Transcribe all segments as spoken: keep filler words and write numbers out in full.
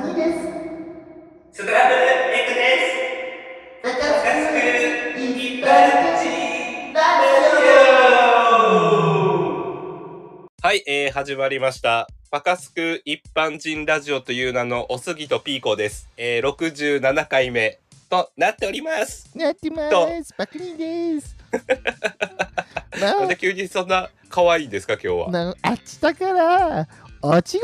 木です。 スクランブルエッグです。 バカバカスク一一般般人人ララジジオ。 オ。 はい、えー、始まりました。バカスク一般人ラジオという名のおすぎとピーコです。えー、ろくじゅうななかいめとなっております。 やってまとーす。バクリンです。 なんで急にそんな可愛いんですか今日は。 なあっちだからお仕事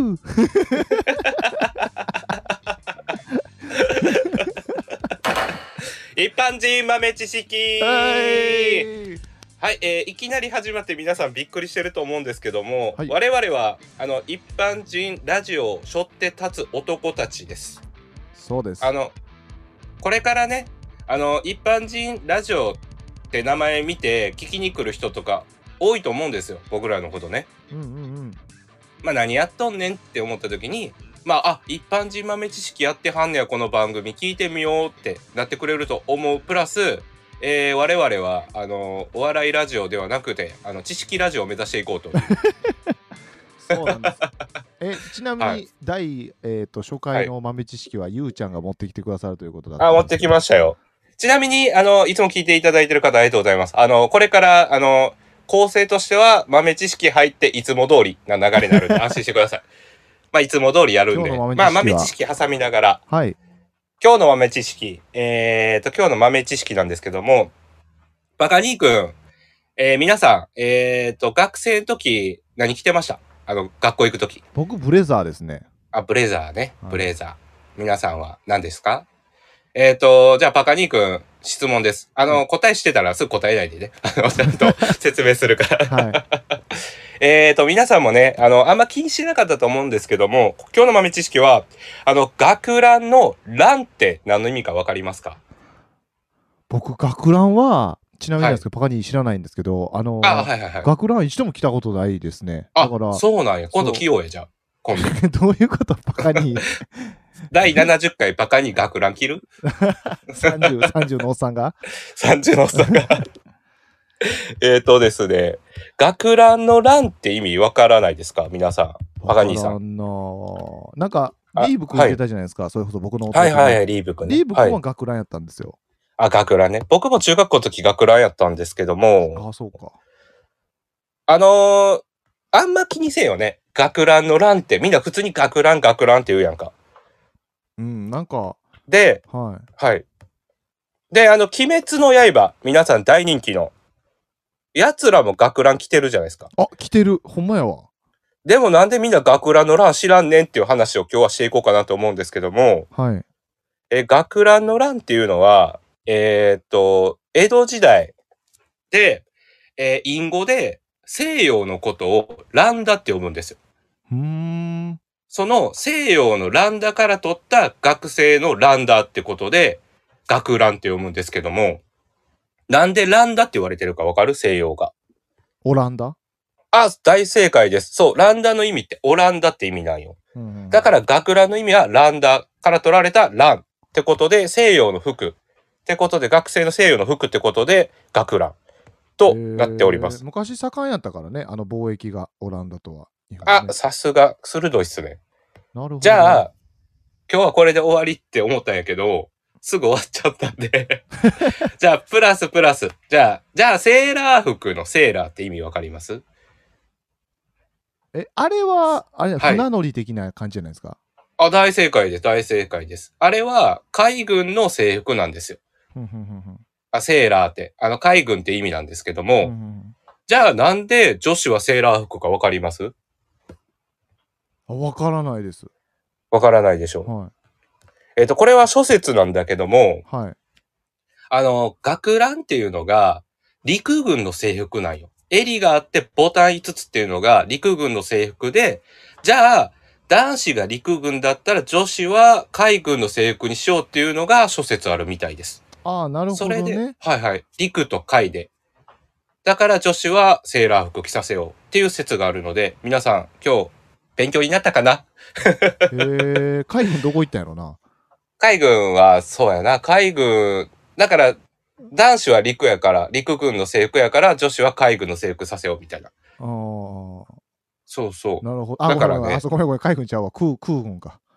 一般人豆知識。 はいはい、えー、いきなり始まって皆さんびっくりしてると思うんですけども、 はい我々はあの一般人ラジオを背負って立つ男たちです。 そうです。 あのこれからね、あの一般人ラジオって名前見て聞きに来る人とか多いと思うんですよ、僕らのことね。 うんうんうんまあ何やっとんねんって思った時に、まああ一般人豆知識やってはんねやこの番組聞いてみようってなってくれると思う。プラスえー、我々はあのお笑いラジオではなくてあの知識ラジオを目指していこうというそうなんです。えちなみに、 はい第、えー、と初回の豆知識は、ゆうちゃんが持ってきてくださるということだったあ、 んですけど。 持ってきましたよ。ちなみに、あの、いつも聞いていただいている方ありがとうございます。あの、これから、あの、構成としては豆知識入っていつも通りな流れになるんで安心してください。まあ、いつも通りやるんで。 今日の豆知識はまあ、豆知識挟みながら。 はい。 今日の豆知識。えーと、今日の豆知識なんですけども、バカ兄くん、えー、皆さん、えーと、学生の時、何着てました？あの、学校行く時。 僕ブレザーですね。 あ、ブレザーね。 はいブレザー。皆さんは何ですか？えっと、じゃあ、パカニー君、質問です。あの、 はい答えしてたらすぐ答えないでね。あの、ちゃんと説明するから。 はい。 えっと、皆さんもね、あの、あんま気にしてなかったと思うんですけども、今日の豆知識は、あの、学ランのランって何の意味かわかりますか？ 僕学ランはちなみになんはい。 ですけど、パカに知らないんですけど、あのあ、 ーはいはいはい。 学ラン一度も着たことないですね。だあ、 からそうなんや。今度そう着ようや、じゃあ。今度。 どういうことパカにだいななじゅっかいパカに学ラン着るさんじゅう、さんじゅうのおっさんが ?さんじゅう のおっさんが。えっとですね、学ランのランって意味わからないですか皆さん。パカ兄さん。 わからんなぁなんかあリーブ君はいいてたじゃないですか、それこそ僕の弟のはいはいはい、リーブくんね。 リーブはい。 君は学ランやったんですよ。 あ、学ランね。僕も中学校の時学ランやったんですけども、 ああ、そうか。 あのー、あんま気にせんよね。学ランのランってみんな普通に学ラン学ランって言うやんか。 うんなんかで、 はいはい。で、あの、鬼滅の刃、皆さん大人気の。奴らも学ラン着てるじゃないですか。 あ着てるほんまやわ。 でもなんでみんな学ランのラン知らんねんっていう話を今日はしていこうかなと思うんですけども、 はいえ、学ランのランっていうのは、えーっと、江戸時代で、えー隠語で西洋のことをランダって呼ぶんですよ。 うーんその西洋のランダから取った学生のランダってことで、学ランって読むんですけども、なんでランダって言われてるかわかる？西洋が。 オランダ、 あ、大正解です。そう、ランダの意味ってオランダって意味なんよ。 うんうん、 だから学ランの意味はランダから取られたランってことで、西洋の服ってことで、学生の西洋の服ってことで、学ランとなっておりまえーす。 昔盛んやったからね、あの貿易がオランダとは日本あ、 ね。 さすが、鋭いっすね。 なるほど。 じゃあ、今日はこれで終わりって思ったんやけど、すぐ終わっちゃったんで。じゃあ、プラスプラス。じゃあ、じゃあ、セーラー服のセーラーって意味わかります？ え、あれは、あれ、 はい船乗り的な感じじゃないですか。 あ、大正解です。大正解です。あれは、海軍の制服なんですよ。 ふんふんふんふんあ、セーラーって。あの、海軍って意味なんですけども、 ふんふんじゃあ、なんで女子はセーラー服かわかります？ あ、わからないです。 わからないでしょう。 はえっと、これは諸説なんだけども、 い。はい。 あの、学ランっていうのが、陸軍の制服なんよ。襟があってボタンいつつっていうのが陸軍の制服で、じゃあ、男子が陸軍だったら女子は海軍の制服にしようっていうのが諸説あるみたいです。 ああ、なるほそれで、 どね。 はいはい、陸と海で。だから女子はセーラー服着させようっていう説があるので、皆さん今日勉強になったかな？ へえ、海軍どこ行ったんやろな。 海軍はそうやな、海軍、だから男子は陸やから、陸軍の制服やから女子は海軍の制服させようみたいな。 ああ、 そうそう。 なるほど。あ、 だからごめんごめん。あ、 ね、 そごめんごめん。海軍ちゃうわ。空、空軍か。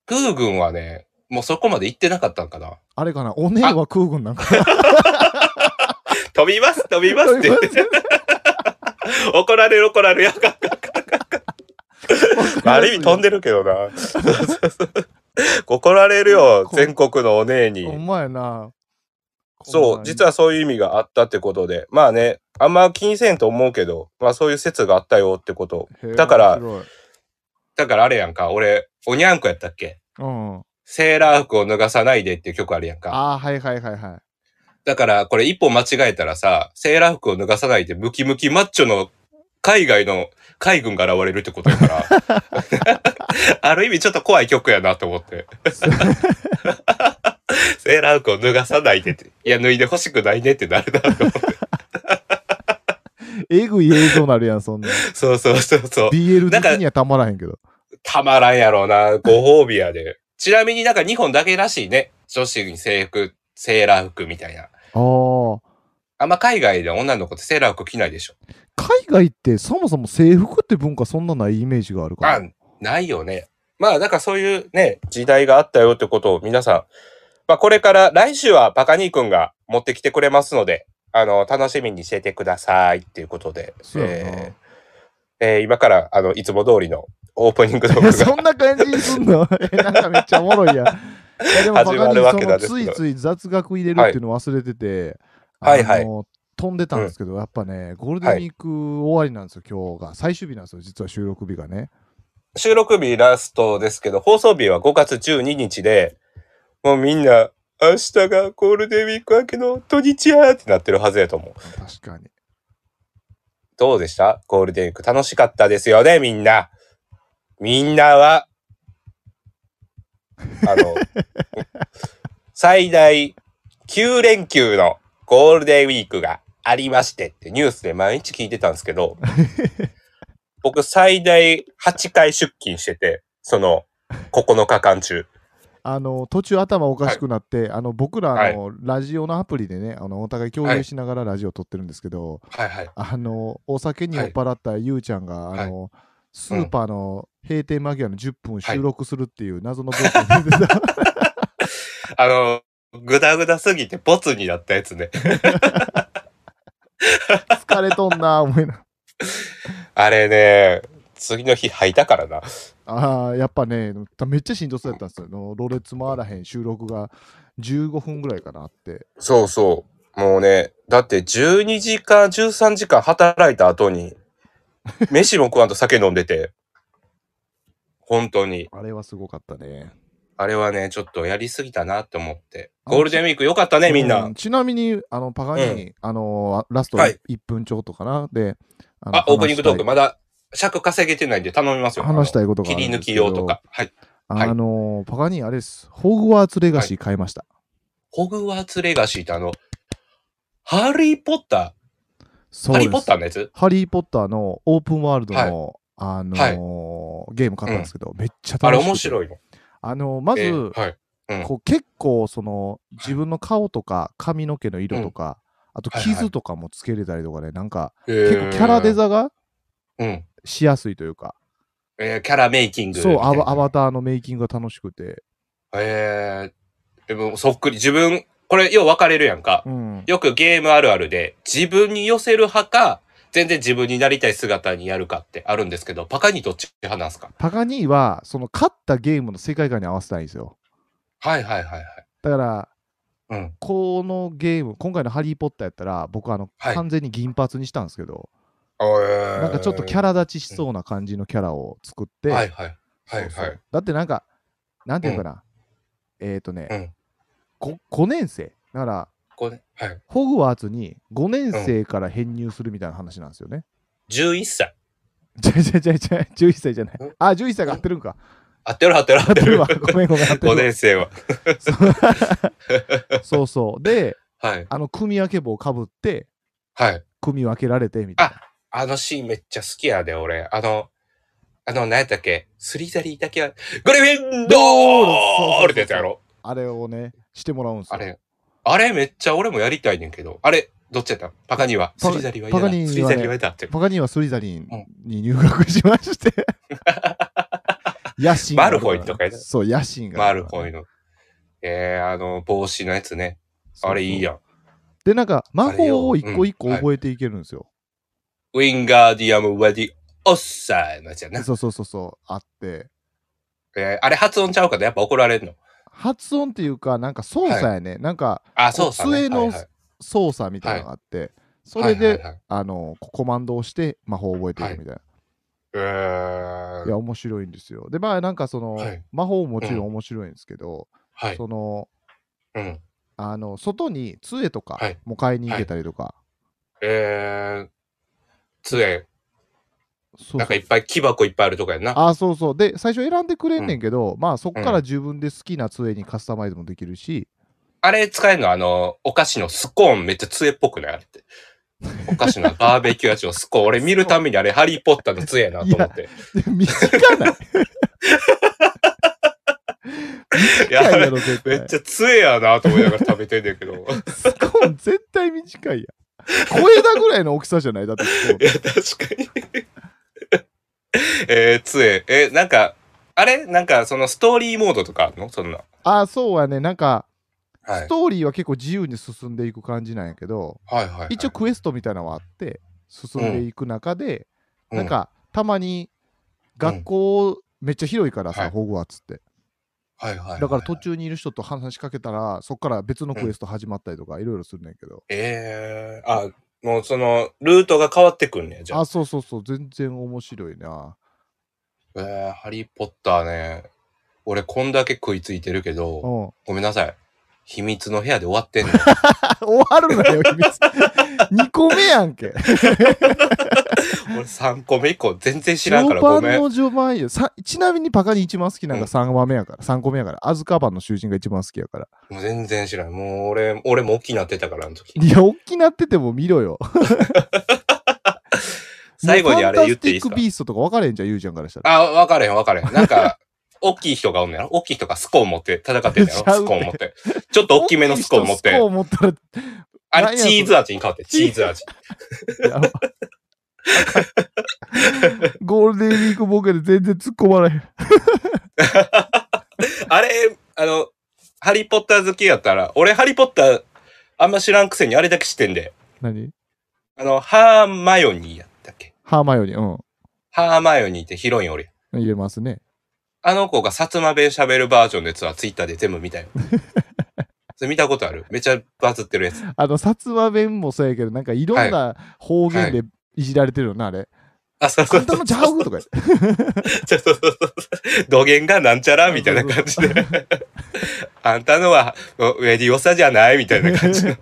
空軍はね、もうそこまで行ってなかったんかな。 あれかな、お姉は空軍なんか。 飛びます飛びますって言って。怒られる怒られる。やかかある意味飛んでるけどな。怒られるよ、全国のお姉に。 ほんまやな。 そう、実はそういう意味があったってことで、まあね、あんま気にせんと思うけど、まあそういう説があったよってこと。だから、だからあれやんか、俺、おにゃんこやったっけ？うん。セーラー服を脱がさないでっていう曲あるやんか。 ああ、はいはいはいはい。 だから、これ一歩間違えたらさ、セーラー服を脱がさないでムキムキマッチョの海外の海軍が現れるってことやから、ある意味ちょっと怖い曲やなと思って。セーラー服を脱がさないでって。いや、脱いでほしくないねってなるなと思って。 えぐい映像なるやん、そんな。 そうそうそうそう。 ビーエル 的にはたまらへんけど。 たまらんやろうな。ご褒美やで。ちなみになんか日本だけらしいね。女子に制服、セーラー服みたいな。ああ。あんま海外で女の子ってセーラー服着ないでしょ。 海外ってそもそも制服って文化そんなないイメージがあるから。 あ、ないよね。まあ、だからそういうね、時代があったよってことを皆さん、まあこれから来週はバカニーくんが持ってきてくれますので、あの、楽しみにしててくださいっていうことで、えーえー、今からあの、いつも通りのオープニングトークがそんな感じにすんのえ、なんかめっちゃおもろいやん。いやでもバカニーそのついつい雑学入れるっていうの忘れてて、 はい、はいはい。 飛んでたんですけど、うん、やっぱね、ゴールデンウィーク終わりなんですよ、今日が。最終日なんですよ、実は収録日がね。 収録日ラストですけど、放送日はごがつじゅうににちで、もうみんな、明日がゴールデンウィーク明けの土日やーってなってるはずやと思う。 確かに。 どうでした？ゴールデンウィーク楽しかったですよね、みんな。みんなは、あの、最大きゅうれんきゅうのゴールデンウィークがありましてってニュースで毎日聞いてたんですけど、僕最大はちかい出勤してて、そのここのかかん中。 あの途中頭おかしくなって、はい、あの僕らあの、はい、ラジオのアプリでね、あのお互い共有しながらラジオ撮ってるんですけど、 はいはい、 あのお酒に酔っ払ったゆうちゃんが、はい、あのスーパーの閉店間際のじゅっぷん収録するっていう謎のボツに出てた、はい、 あのグダグダすぎてボツになったやつね。 疲れとんな思いな。 あれね、次の日吐いたからな。 ああ、やっぱね、めっちゃしんどそうやったんですよ。のろれつ回らへん収録がじゅうごふんぐらいかなって。 そうそう。もうね、だってじゅうにじかん、じゅうさんじかん働いた後に、飯も食わんと酒飲んでて。本当に。 あれはすごかったね。 あれはね、ちょっとやりすぎたなって思って。ゴールデンウィークよかったね、みんな。 うん、ちなみに、あの、パガニー、うん、あのー、ラストいっぷんちょっとかな。で、 あ、あオープニングトーク、まだ尺稼げてないんで頼みますよ。 話したいことがある切り抜き用とか。はい。 あのー、パガニー、あれです。ホグワーツレガシー買いました。はい、 ホグワーツレガシーってあの、ハリーポッターハリーポッターのやつハリーポッターのオープンワールドの、はい、あのーはい、ゲーム買ったんですけど、うん、めっちゃ楽しくて。 あれ面白いの。 あのー、まず、えーはいうん、こう結構その自分の顔とか髪の毛の色とか、うん、あと傷とかもつけれたりとかで、ね、なんか結構キャラデザがしやすいというか、 えー、キャラメイキングそうアバ、アバターのメイキングが楽しくて、 えー、でもそっくり自分これよう分かれるやんか、うん、よくゲームあるあるで自分に寄せる派か全然自分になりたい姿にやるかってあるんですけど、パカニーどっち派なんですか？ パカニーはその勝ったゲームの世界観に合わせたいんですよ。はいはいはいはい。だから、うん、このゲーム、今回のハリー・ポッターやったら、僕はあの、はい、完全に銀髪にしたんですけど、なんかちょっとキャラ立ちしそうな感じのキャラを作って、はいはいはいはい。だってなんか、なんていうかな、うん、えっ、ー、とね、うん、ご, ごねん生だから、ごねんはい、ホグワーツにごねん生から編入するみたいな話なんですよね。うん、 じゅういっさい。 じゃじゃじゃじゃじゅういっさいじゃない。あ、じゅういっさいが合ってるんか。 合ってる合ってる合ってるわ。 ごめんごめん。 ごねん生は。 そうそう。で、はい、あの、組み分け棒かぶって、はい。組み分けられてみたいな。 あ、あのシーンめっちゃ好きやで、俺。あの、あの、何やったっけスリザリーだけは、グリフィンドールってやつやろ。 あれをね、してもらうんですよ。 あれ、あれめっちゃ俺もやりたいねんけど、あれ、どっちやったパカニーはスリザリーは嫌だ。スリザリーは嫌だって。 パカニーはスリザリンに入学しまして。 野心マルフォイとかね。 そう、野心が。 マルフォイの。えー、あの、帽子のやつね。そうそうあれいいやん。 で、なんか、魔法を一個一個覚えていけるんですよ。 ウィンガーディアム・ウェディ・オッサーのやつやな。 そうそうそうそう、あって。 えー、あれ発音ちゃうかとやっぱ怒られるの？ 発音っていうか、なんか操作やね。はい、なんか、 あ、操作ね。 杖の操作みたいなのがあって、はいはい、それで、はいはいはい、あの、コマンドをして魔法を覚えていくみたいな。はいえー、 いや、面白いんですよ。で、まあ、なんかその、はい、魔法ももちろん面白いんですけど、 うん、 その、 うん、 あの、外に杖とかも買いに行けたりとか。 はいはい、えー、杖。そうそうなんかいっぱい木箱いっぱいあるとかやな。 あ、そうそう。で、最初選んでくれんねんけど、うん、まあそっから自分で好きな杖にカスタマイズもできるし。 あれ使えるのあの、お菓子のスコーンめっちゃ杖っぽくないあれって。お菓子のバーベキュー味のスコーン。俺見るためにあれハリーポッターの杖やなと思って。 短ない。 いや、めっちゃ杖やなと思いながら食べてんねんけど。 スコーン絶対短いやん。小枝ぐらいの大きさじゃないだってスコーン。 いや、確かに。えー、杖。え、なんか、あれなんか、そのストーリーモードとかあるのそんな。 あ、そうやね。なんか、はい、ストーリーは結構自由に進んでいく感じなんやけど、 はいはいはい、 一応クエストみたいなのはあって、進んでいく中で、うん、なんか、たまに、学校めっちゃ広いからさ、うん、ホグワーツって。 はいはいはいはい、 だから途中にいる人と話しかけたら、そっから別のクエスト始まったりとか、いろいろするねんけど。 ええー、あ、もうその、ルートが変わってくんねや、じゃあ。 あ、そうそうそう、全然面白いな。 えー、ハリーポッターね、俺こんだけ食いついてるけど、うん、ごめんなさい。秘密の部屋で終わってんの。 終わるなよ、秘密。にこめやんけ。 俺さんこめ以降全然知らんからごめん。 序盤の序盤よ。ちなみにパカに一番好きなのがさんわめやから、うん、さんこめやから。アズカバンの囚人が一番好きやから。 もう全然知らん。もう俺、俺も大きなってたから、あの時。 いや、大きなってても見ろよ。 最後にあれ言っていいですか？ファンタスティックビーストとか分かれへんじゃん、ゆうちゃんからしたら。 あ、分かれへん分かれへん。なんか、大きい人がおんねやろ？大きい人がスコーン持って戦ってんねやろ？スコーン持って。ちょっと大きめのスコーン持って。 スコーン持ったら。 あれ、チーズ味に変わって、チーズ味。 ゴールデンウィークボケで全然突っ込まれへん。 あれ、あの、ハリーポッター好きやったら、俺ハリーポッターあんま知らんくせにあれだけ知ってんで。 何？ あの、ハーマヨニーやったっけ？ ハーマヨニー、うん。 ハーマヨニーってヒロインおるやん。入れますね。 あの子が薩摩弁喋るバージョンのやつはツイッターで全部見たよ。それ見たことある？めっちゃバズってるやつ。 あの、薩摩弁もそうやけど、なんかいろんな方言でいじられてるよな、はいはい、あれ。 あ、そうそうそう。 あんたのちゃうとか言って。 そうそうそうそう。土源がなんちゃらみたいな感じで。あんたのはウェディオサじゃないみたいな感じの。い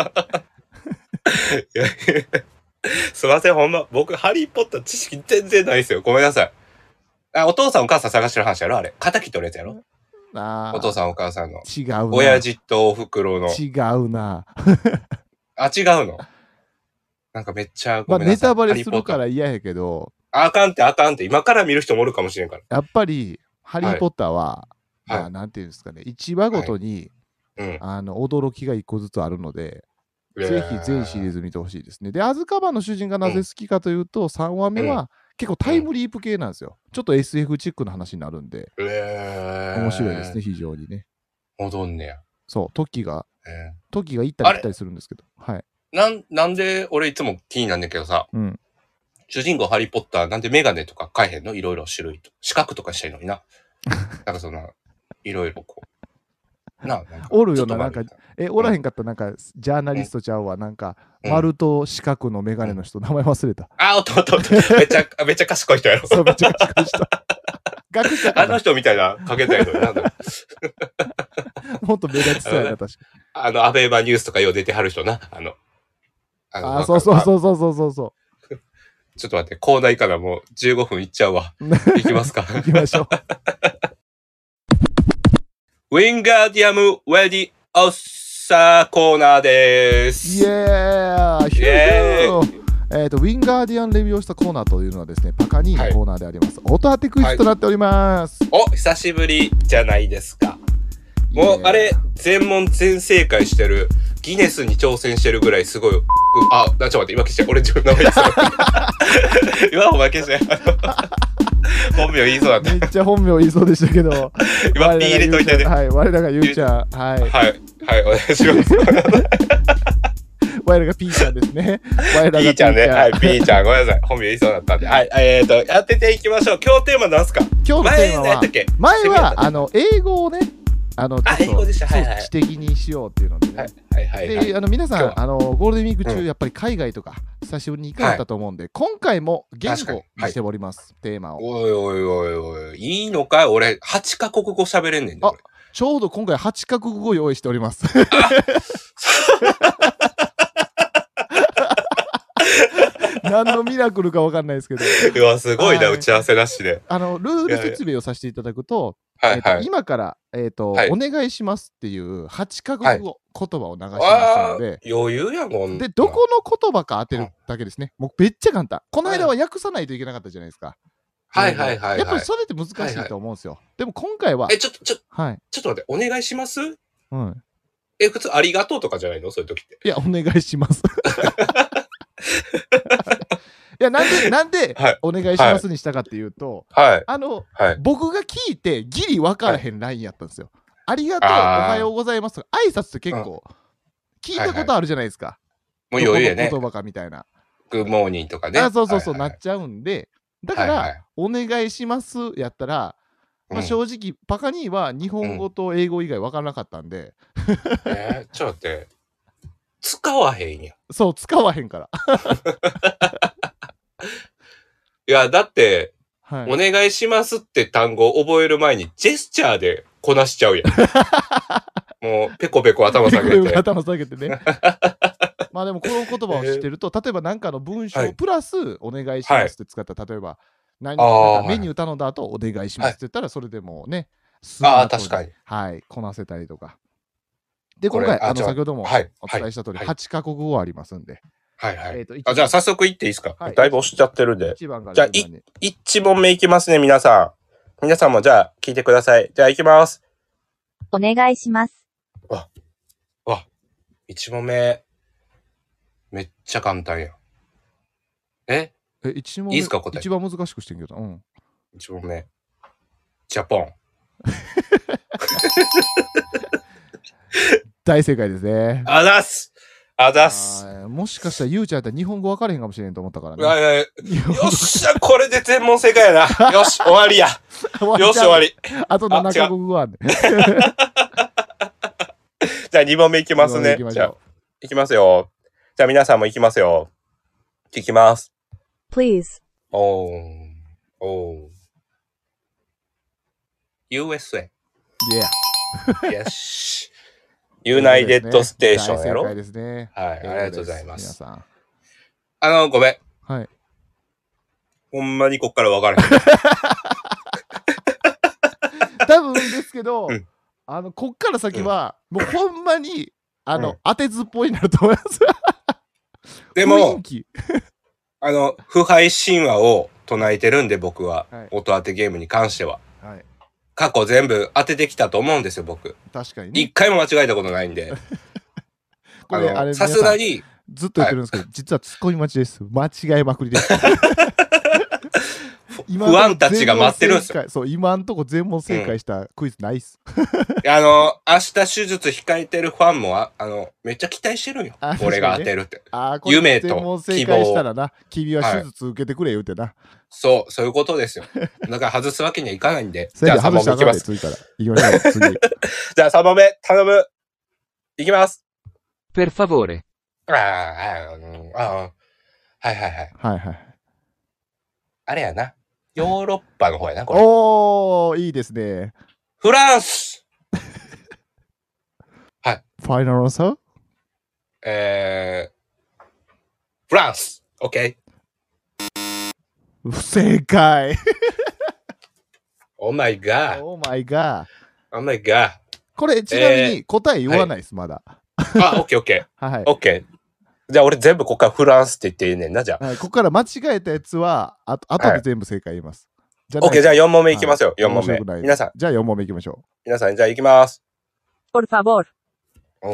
やすいません、ほんま。僕、ハリーポッター知識全然ないですよ。ごめんなさい。あ、お父さんお母さん探してる話やろあれ。仇取るやつやろあお父さんお母さんの。 違うな。 親父とお袋の。 違うな。 あ、違うのなんかめっちゃごめんなさい。 まあ、ネタバレするから嫌やけど。 あかんってあかんって。今から見る人もおるかもしれんから。 やっぱり、ハリーポッターは、はいまあ、なんていうんですかね。いちわごとに、はいうん、あの、驚きがいっこずつあるので、ぜひ全シリーズ見てほしいですね。で、アズカバンの主人がなぜ好きかというと、うん、さんわめは結構タイムリープ系なんですよ。ちょっと エスエフ チックな話になるんで、 えー、 面白いですね、非常にね。 戻んねや。 そう、トキが、えー、トキが行ったり来たりするんですけど。はい。 なん、なんで、俺いつも気になんねんけどさ、うん、主人公ハリーポッターなんでメガネとか買えへんのいろいろ種類と。四角とかしたいのにな。なんかその、いろいろこう。ななんかおるよな、なんか、え、おらへんかった、なんか、ジャーナリストちゃうわ、なんか、うん、丸と四角のメガネの人、うん、名前忘れた。 あ、おっとおっとおっと、めっちゃ、めっちゃ賢い人やろ。 そう、めっちゃ賢い人。学者あの人みたいな、かけたいのなんだもっと目立ちそうやな、確かに。 あの、アベーバニュースとかよう出てはる人な、あの。 あのあ、そうそうそうそうそうそうそう。 ちょっと待って、コーナーからもうじゅうごふんいっちゃうわ。いきますか。 いきましょう。 ウィンガーディアムウェディオッサーコーナーでーす。 イエーイヒューえっと、ウィンガーディアンレビューをしたコーナーというのはですね、パカニーのコーナーであります。はい、音当てクイズとなっております。 はい、お、久しぶりじゃないですか。もう、あれ、全問全正解してる。ギネスに挑戦してるぐらいすごい。あ、ちょっと待って、今消して。俺自分の名前です。今おまけして。 本名言いそうだった。 めっちゃ本名言いそうでしたけど。 今ピー入れといてね。 はい、我らがゆうちゃん。はい。 はい、はい、お願いします。 我らがピーちゃんですね。我らがピーちゃんね。はい、ピーちゃん。ごめんなさい。本名言いそうだったんで。はい、えーと、やってていきましょう。今日テーマなんすか？ 今日のテーマは、前は、あの、英語をね、あの、ちょっと、はいはい、知的にしようっていうのでね。はいはいはい、はい。で、あの、皆さん、あの、ゴールデンウィーク中、うん、やっぱり海外とか、久しぶりに行かれたと思うんで、はい、今回も言語にしております、はい、テーマを。 おいおいおいおい、いいのかい？俺、はちカ国語喋れんねんね。 あ、ちょうど今回はちカ国語用意しております。何のミラクルか分かんないですけど。 いや、すごいな、打ち合わせなしで。 あの、ルール説明をさせていただくと、はいはい、今から、えーとはい、お願いしますっていうはちカ国語、はい、言葉を流しますので、 余裕やもん。 で、どこの言葉か当てるだけですね。もうめっちゃ簡単。この間は訳さないといけなかったじゃないですか。 はいはいはい、はい。 やっぱりそれって難しいと思うんですよ。はいはい、でも今回は。 え、ちょっと、ちょっと、はい、ちょっと待って、お願いします？ うん。 え、普通ありがとうとかじゃないの？そういう時って。 いや、お願いします。いや、なんで、なんで、お願いしますにしたかっていうと、はい、あの、はい、僕が聞いて、ギリ分からへんラインやったんですよ。はい、ありがとう、おはようございますとか、挨拶って結構、聞いたことあるじゃないですか。 もう余裕やね。 言葉かみたいな。 グッモーニングとかね。 あ、そうそうそう、はいはい、なっちゃうんで、だから、はいはい、お願いしますやったら、まあ、正直、うん、パカニーは日本語と英語以外分からなかったんで。 うん、えー、ちょっと待って。使わへんやん。 そう、使わへんから。 いや、だって、はい、お願いしますって単語を覚える前にジェスチャーでこなしちゃうやん。もう、ペコペコ頭下げて。 ペコペコ頭下げてね。まあでも、この言葉を知ってると、例えば何かの文章プラスお願いしますって使ったら、例えば、何なんかメニュー頼んだ後、お願いしますって言ったら、それでもうね、 ああ、確かに。 はい、こなせたりとか。で、今回、あの、先ほどもお伝えした通り、はちカ国語ありますんで。 はいはい。えー、とあじゃあ早速いっていいですか、はい、だいぶ押しちゃってるんで。じゃあいち問目いきますね、皆さん。皆さんもじゃあ聞いてください。じゃあいきます。 お願いします。 わ、わ、いち問目。めっちゃ簡単や。ええ、いち問目いいですか、答え。一番難しくしてんけど。うん。 いち問目。ジャポン。 大正解ですね。 あざっす。あざっす。 もしかしたらゆうちゃんやったら日本語分かれへんかもしれんと思ったからね。 いやいやよっしゃ、これで全問正解やな。よし、終わりや。よし、終わり。 あとななカ国語あんね。 じゃあに問目いきますね。じゃあ、いきますよ。じゃあ皆さんもいきますよ。いきます。 Please. おー。おー。ユーエスエー。 Yeah. よし。ユナイテッドステーションやろ？ 正解ですね。 はい、ありがとうございます。皆さん。あの、ごめん。 はい。 ほんまにこっから分からへん。 多分ですけど、うん、あの、こっから先は、うん、もうほんまに、あの、うん、当てずっぽいになると思います。 でも、あの、腐敗神話を唱えてるんで、僕は。はい、音当てゲームに関しては。はい。過去全部当ててきたと思うんですよ、僕。 確かにね。 一回も間違えたことないんで。これ、あの、さすがに。 ずっと言ってるんですけど、はい、実はツッコミ待ちです。間違いまくりです。 不安たちが待ってるんですよ。 そう、今んとこ全問正解したクイズないっす。 うん、あの、明日手術控えてるファンも、あ, あの、めっちゃ期待してるんよ。俺が当てるって。 あ、これ夢と希望。全問正解したらな、君は手術受けてくれ言うてな。はい、 そう、そういうことですよ。だから外すわけにはいかないんで。じゃあさん問目いきます。 いきましょう、次。 じゃあさん問目、頼む。いきます。 Per favore。 ああ、ああ、はいはいはい。 はいはい。 あれやな。ヨーロッパの方やな、これ。 おー、いいですね。 フランスはい。 ファイナルアンサー？ えー、フランス !OK。 不正解。 Oh my god. Oh my god. Oh my god. これ、ちなみに答え言わないです、まだ。 あ、OK OK。 はい。 OK。じゃあ俺全部ここからフランスって言っていいねんな、じゃあ。 はい、ここから間違えたやつは、あと、後で全部正解言います。 はい、OK、じゃあよん問目いきますよ、はい、よん問目。皆さん。 じゃあよん問目いきましょう。 皆さん、じゃあいきます。 Por favor。 うん。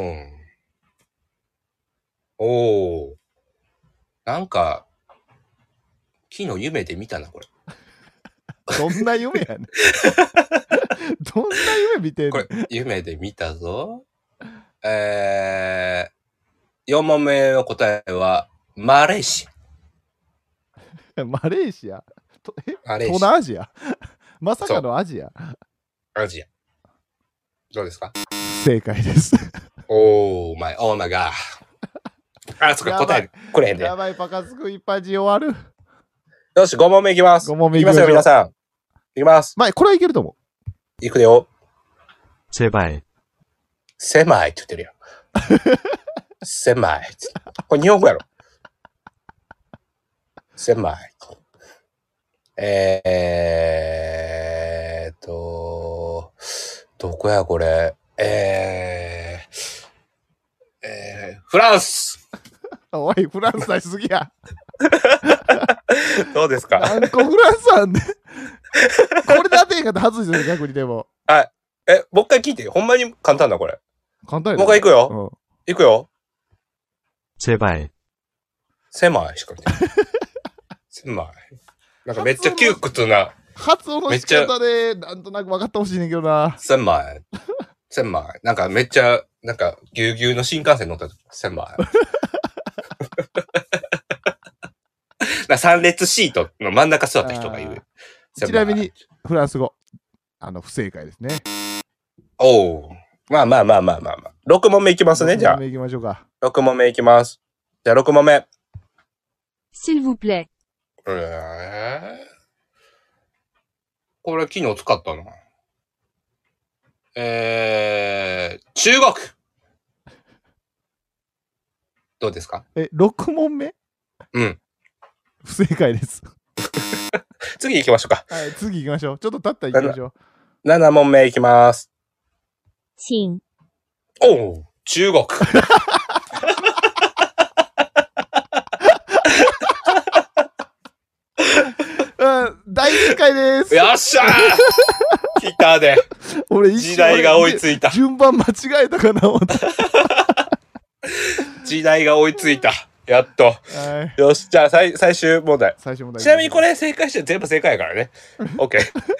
おー。なんか、昨日夢で見たな、これ。 どんな夢やねん。どんな夢見てんの？ これ、夢で見たぞ。えー、よん問目の答えは、マレーシア。マレーシアえマレーシア東南アジアまさかのアジアア。アジア。どうですか？ 正解です。 おー、マイ、オーマイガー。あ、そっか、答え、これへんで。 やばい、パカスク一般人終わる。 よし、ご問目いきます。 ご問目いきますよ、皆さん。いきます。 まあ、これはいけると思う。いくよ。 제발。 狭いって言ってるよ。狭い。これ日本語やろ。狭い。えーっと、どこやこれ。えー、えー、フランス。 おい、フランス大好きや。 どうですか？ 何個フランスあんねん。これで当てへんかったはずですよ、逆にでも。 はい。え、もう一回聞いて。ほんまに簡単だ、これ。 簡単やもう一回行くよ。 うん、 行くよ。 제발。 狭いしか見てない。狭い。なんかめっちゃ窮屈な。 発音の仕方で、なんとなく分かってほしいねんけどな。 狭い。狭い。なんかめっちゃ、なんかぎゅうぎゅうの新幹線乗った時、狭い。な三列シートの真ん中座った人が言う。 ちなみに、フランス語。あの、不正解ですね。 おお。まあまあまあまあまあまあ。ろく問目いきますね、じゃあ。 ろく問目いきましょうか。 ろく問目いきます。じゃあろく問目。 s'il vous plaît。 えー、これ昨日使ったな。えー、中国。どうですか？ え、ろく問目？ うん。 不正解です。 次行きましょうか。 はい、次行きましょう。ちょっと立ったら行きましょう。 なな問目いきます。 チン。 おお、中国。 うん、大正解です。 よっしゃー来たで。 俺一時代が追いついた。 順番間違えたかな思った。 時代が追いついた。やっと。 はい、 よし、じゃあ最最終問題。 最終問題。 ちなみにこれ正解して全部正解やからね。OK。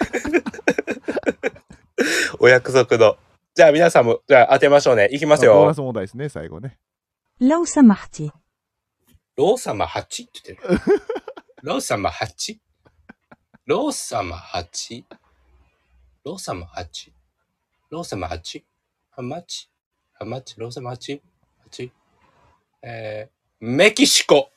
お約束の。じゃあ皆さんも、じゃあ当てましょうね。いきますよ。 ボーナス問題ですね、最後ね。 لو سمحتي。 ロー様はちって言ってる。ロー様はち？ロー様はち？ロー様はち？ロー様はち？ハマチ？ハマチ？ロー様はち？ はち？ えー、メキシコ。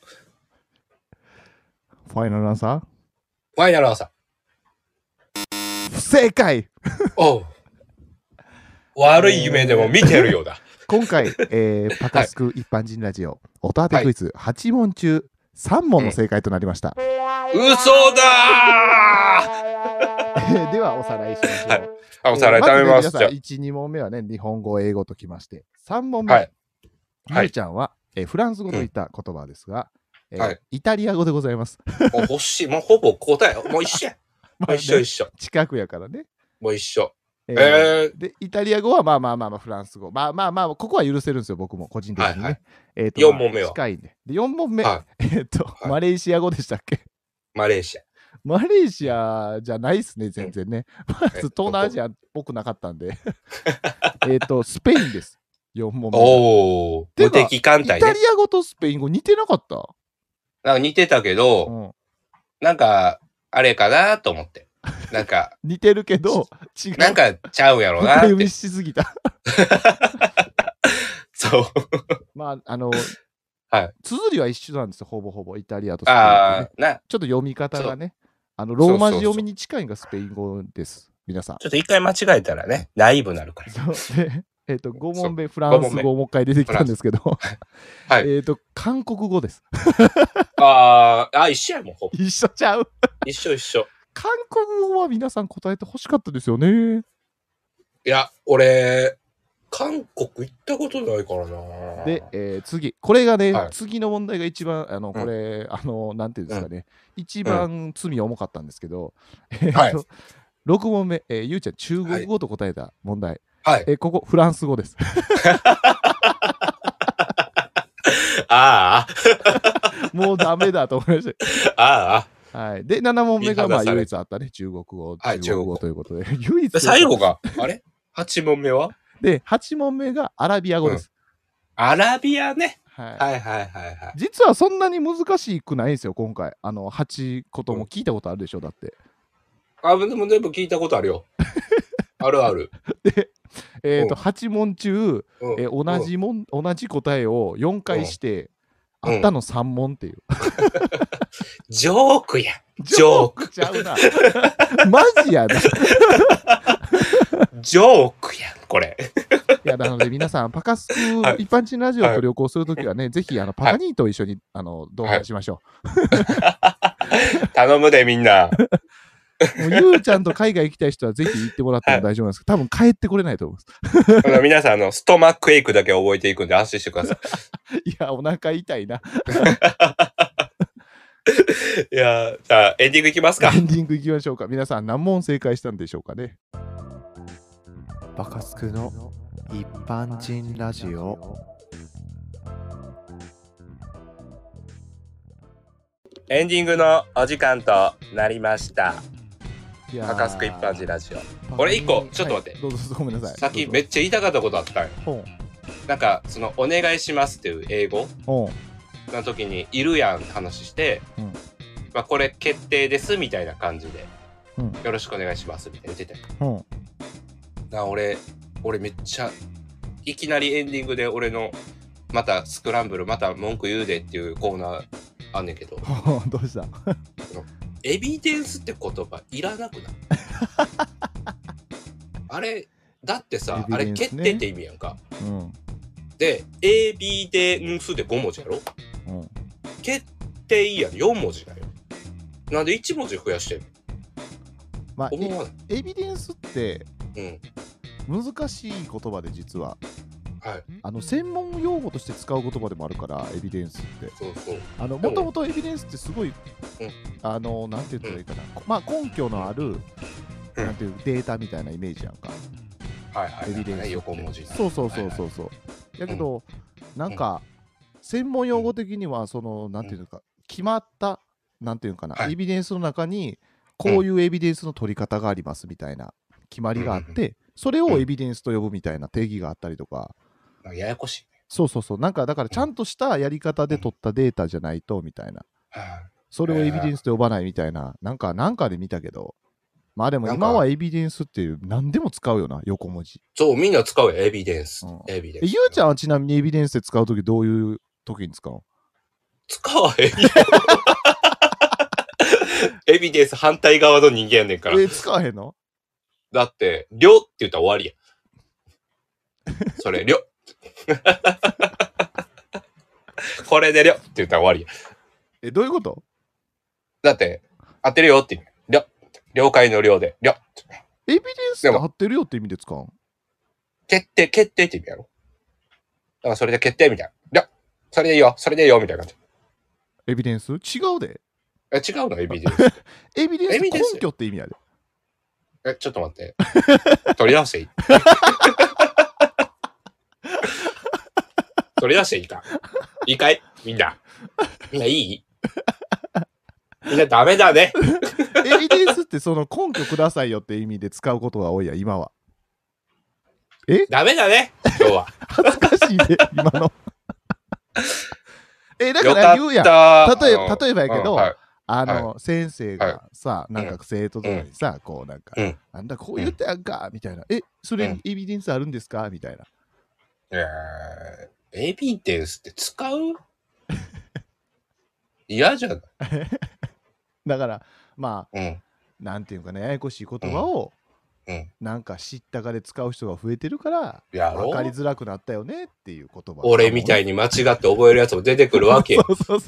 ファイナルアンサー？ ファイナルアンサー。不正解。 おう。悪い夢でも見てるようだ。 今回、えー、パカスク一般人ラジオ、音当てクイズはち問中さん問の正解となりました。 うん、嘘だーではおさらいしましょう。はい、 あおさらい食べます。 じゃあいち、に問目はね、日本語、英語ときまして、さん問目、はい、ゆうちゃんは、えー、フランス語といった言葉ですが、うんえーはい、イタリア語でございます。 もう欲しい、もうほぼ答え、もう一緒や。もう一緒一緒。 近くやからね。 もう一緒。 えーえー、でイタリア語はまあまあまあまあフランス語まあまあまあここは許せるんですよ僕も個人的にね、はいはい、えーとよん問目は近いんででよん問目、 はい、 えっと、はい、マレーシア語でしたっけ？ マレーシアマレーシアじゃないっすね全然ね、うん、まず東南アジアっぽくなかったんでえっとスペインですよん問目おお無敵艦隊ね。 イタリア語とスペイン語似てなかった？ なんか似てたけど、うん、なんかあれかなと思ってなんか似てるけど違うなんかちゃうやろなって深読みしすぎたそうまああのはい、 綴りは一緒なんですよほぼほぼイタリアとスペイン語、ね、あなちょっと読み方がねあのローマ字読みに近いのがスペイン語です皆さんちょっと一回間違えたらねナイーブになるからそうでえっ、ー、とご問目フランス語もう一回出てきたんですけどはい、えっと韓国語ですああ一緒やもんほぼ一緒ちゃう一緒一緒韓国語は皆さん答えてほしかったですよね。 いや、俺、韓国行ったことないからな。 で、えー、次。これがね、はい、次の問題が一番、あの、これ、うん、あの、なんていうんですかね、うん、一番罪重かったんですけど、うん、えー、と、はい、ろく問目、えー、ゆうちゃん、中国語と答えた問題。はい、えー、ここ、フランス語です。 ああ。 もうダメだと思いました。 ああ。 はい。で、なな問目がまあ唯一あったね。中国語、中国語ということで。唯一。 最後が、あれ ?はち 問目はで、はち問目がアラビア語です。 うん、アラビアね。 はい、 はいはいはいはい。 実はそんなに難しくないんですよ、今回。あの、はちことも聞いたことあるでしょ、だって。 あ、でも全部聞いたことあるよ。あるある。 で、えっと、はち問中、え同じもん、同じ答えをよんかいして、あったのさん問っていう。 ジョークや。ジョーク。 ちゃうな。マジやな。 ジョークやん、これ。 いや、なので皆さん、パカスク一般人ラジオと旅行するときはね、はい、ぜひ、あの、パカニーと一緒に、あの、同行しましょう。 はい、頼むで、みんな。 もうゆうちゃんと海外行きたい人はぜひ行ってもらっても大丈夫なんですけど、多分帰ってこれないと思います。皆さん、あの、ストマックエイクだけ覚えていくんで安心してください。いや、お腹痛いな。 いや、じゃあ、エンディングいきますか。 エンディングいきましょうか。皆さん、何問正解したんでしょうかね。バカスクの一般人ラジオ。 エンディングのお時間となりました。バカスク一般人ラジオ。俺一個、ちょっと待って。 はい、どうぞ、ごめんなさい。 さっきめっちゃ言いたかったことあったんよ。なんか、その、お願いしますっていう英語の時に、いるやんって話して、うん、まあ、これ決定ですみたいな感じで、うん、よろしくお願いしますみたいな言ってたよ。うんな俺、俺めっちゃ、いきなりエンディングで俺の、またスクランブル、また文句言うでっていうコーナーあんねんけど。 どうしたエビデンスって言葉いらなくないあれ、だってさ、ね、あれ決定って意味やんか。うん、で、エビデンスでご文字やろ、うん、決定やんよん文字だよ。なんでいち文字増やしてんの、 まあ、思わないエビデンスって、うん、難しい言葉で実は、はい、あの専門用語として使う言葉でもあるからエビデンスってそうそうあのもともとエビデンスってすごい、うん、あのなんて言ったらいいかな、うん、まあ根拠のある、うん、なんていうデータみたいなイメージやんか、 はいはい、はい、 エビデンス、ね、 横文字そうそうそうそうそう、はいはい、だけど、うん、なんか専門用語的にはそのなんていうか、うん、決まったなんていうかな、はい、エビデンスの中にこういうエビデンスの取り方がありますみたいな決まりがあって、うん、それをエビデンスと呼ぶみたいな定義があったりとか、 うん、ややこしいね。 そうそうそう、なんかだからちゃんとしたやり方で取ったデータじゃないとみたいな、うん、それをエビデンスと呼ばないみたいな、なんかなんかで見たけど、まあでも今はエビデンスっていう何でも使うよな、横文字。 そうみんな使うよエビデンス、うん、エビデンス。 ゆうちゃんはちなみにエビデンスで使うときどういう時に使うの？ 使わへんよエビデンス反対側の人間やねんから。 え、使わへんの？ だって、りょって言ったら終わりやん。それ、りょ。これでりょって言ったら終わりやん。 え、どういうこと？ だって、合ってるよって言う。りょ。了解の了で、りょ。 エビデンスって合ってるよって意味で使うの？ 決定、決定って意味やろ。だからそれで決定みたいな。りょ。それでいいよ、それでいいよ、みたいな感じ。 エビデンス？違うで。 え、違うのエビデンス。 エビデンスって根拠って意味やで。 え、ちょっと待って。取り合わせていい取り合わせていいかいいかいみんな。みんないいみんなダメだね。 エビデンスってその根拠くださいよって意味で使うことが多いや、今は。えダメだね、今日は。 恥ずかしいで、今の。え、だから言うやん。例えば、例えばやけど、うんはい、あの、はい、先生がさ、はい、なんか生徒とかにさ、うん、こうなんか、うん、なんだこう言ったやんか、みたいな。え、それエビデンスあるんですかみたいな。 えー、エビデンスって使う嫌じゃないだから、まあ、うん、なんていうかね、ややこしい言葉を、うん、なんか知ったかで使う人が増えてるから、分かりづらくなったよねっていう言葉。 俺みたいに間違って覚えるやつも出てくるわけ。そうそうそう。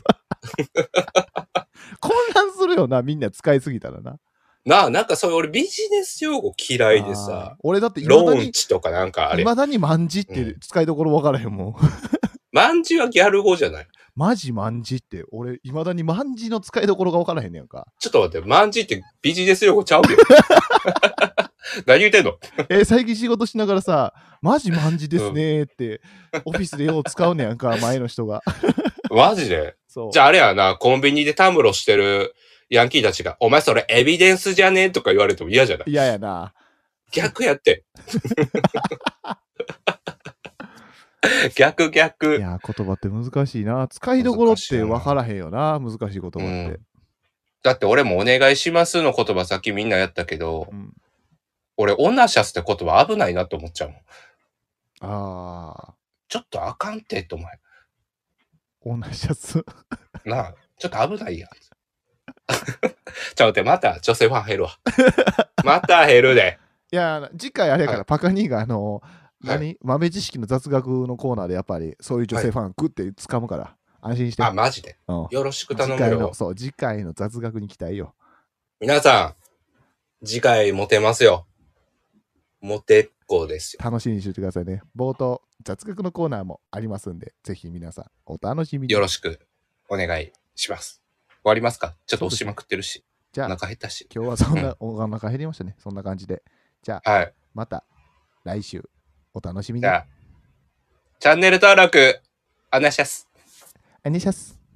混乱するよな、みんな使いすぎたらな。 なあ、なんかそれ俺ビジネス用語嫌いでさ。 俺だってローンチとかなんかあれ。 いまだにマンジって使いどころ分からへんもん。 マンジはギャル語じゃない？ マジマンジって、俺いまだにマンジの使いどころが分からへんねんか。 ちょっと待って、マンジってビジネス用語ちゃうよ。何言ってんの？ えー、最近仕事しながらさ、マジマンジですねーって、うん、オフィスでよう使うねやんか、前の人が。 マジで？そう。じゃああれやな、コンビニでたむろしてるヤンキーたちが、お前それエビデンスじゃねえとか言われても嫌じゃない？ 嫌やな。 逆やって。逆逆。 いや、言葉って難しいな。使いどころって分からへんよな。難しい言葉って。うん、 だって俺もお願いしますの言葉さっきみんなやったけど、うん、俺オナシャスって言葉危ないなと思っちゃうもん。ああ。ちょっとあかんってと思う。 オナシャスなあ、ちょっと危ないやん。ちょっと待って、また女性ファン減るわ。また減るで。 いや、次回あれやから、はい、パカニーがあの、何、はい、豆知識の雑学のコーナーでやっぱりそういう女性ファングって掴むから、はい、安心して。 あ、マジで、うん、よろしく頼むよ。 次回の、そう、次回の雑学に期待よ。 皆さん、次回モテますよ。モテっ子ですよ。 楽しみにしててくださいね。冒頭、雑学のコーナーもありますんで、ぜひ皆さんお楽しみに。 よろしくお願いします。終わりますか？ちょっと押しまくってるし。じゃあ、お腹減ったし。 今日はそんな、うん、お腹減りましたね。そんな感じで。じゃあ、はい、また来週お楽しみに。じゃあ、 チャンネル登録お願いします。 お願いします。